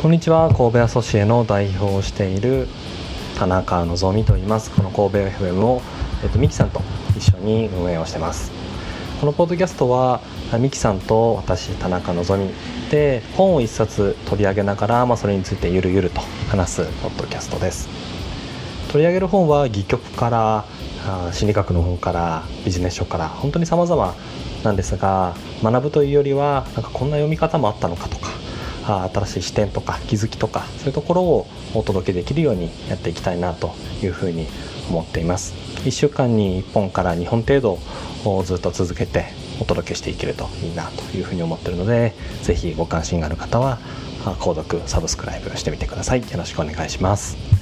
こんにちは。神戸アソシエの代表をしている田中希実と言います。この神戸 FM を、ミキさんと一緒に運営をしてます。このポッドキャストはミキさんと私田中希実で本を一冊取り上げながら、それについてゆるゆると話すポッドキャストです。取り上げる本は戯曲から心理学の本からビジネス書から本当に様々なんですが、学ぶというよりはこんな読み方もあったのかとか、新しい視点とか気づきとか、そういうところをお届けできるようにやっていきたいなというふうに思っています。1週間に1本から2本程度をずっと続けてお届けしていけるといいなというふうに思っているので、ぜひご関心がある方は購読サブスクライブしてみてください。よろしくお願いします。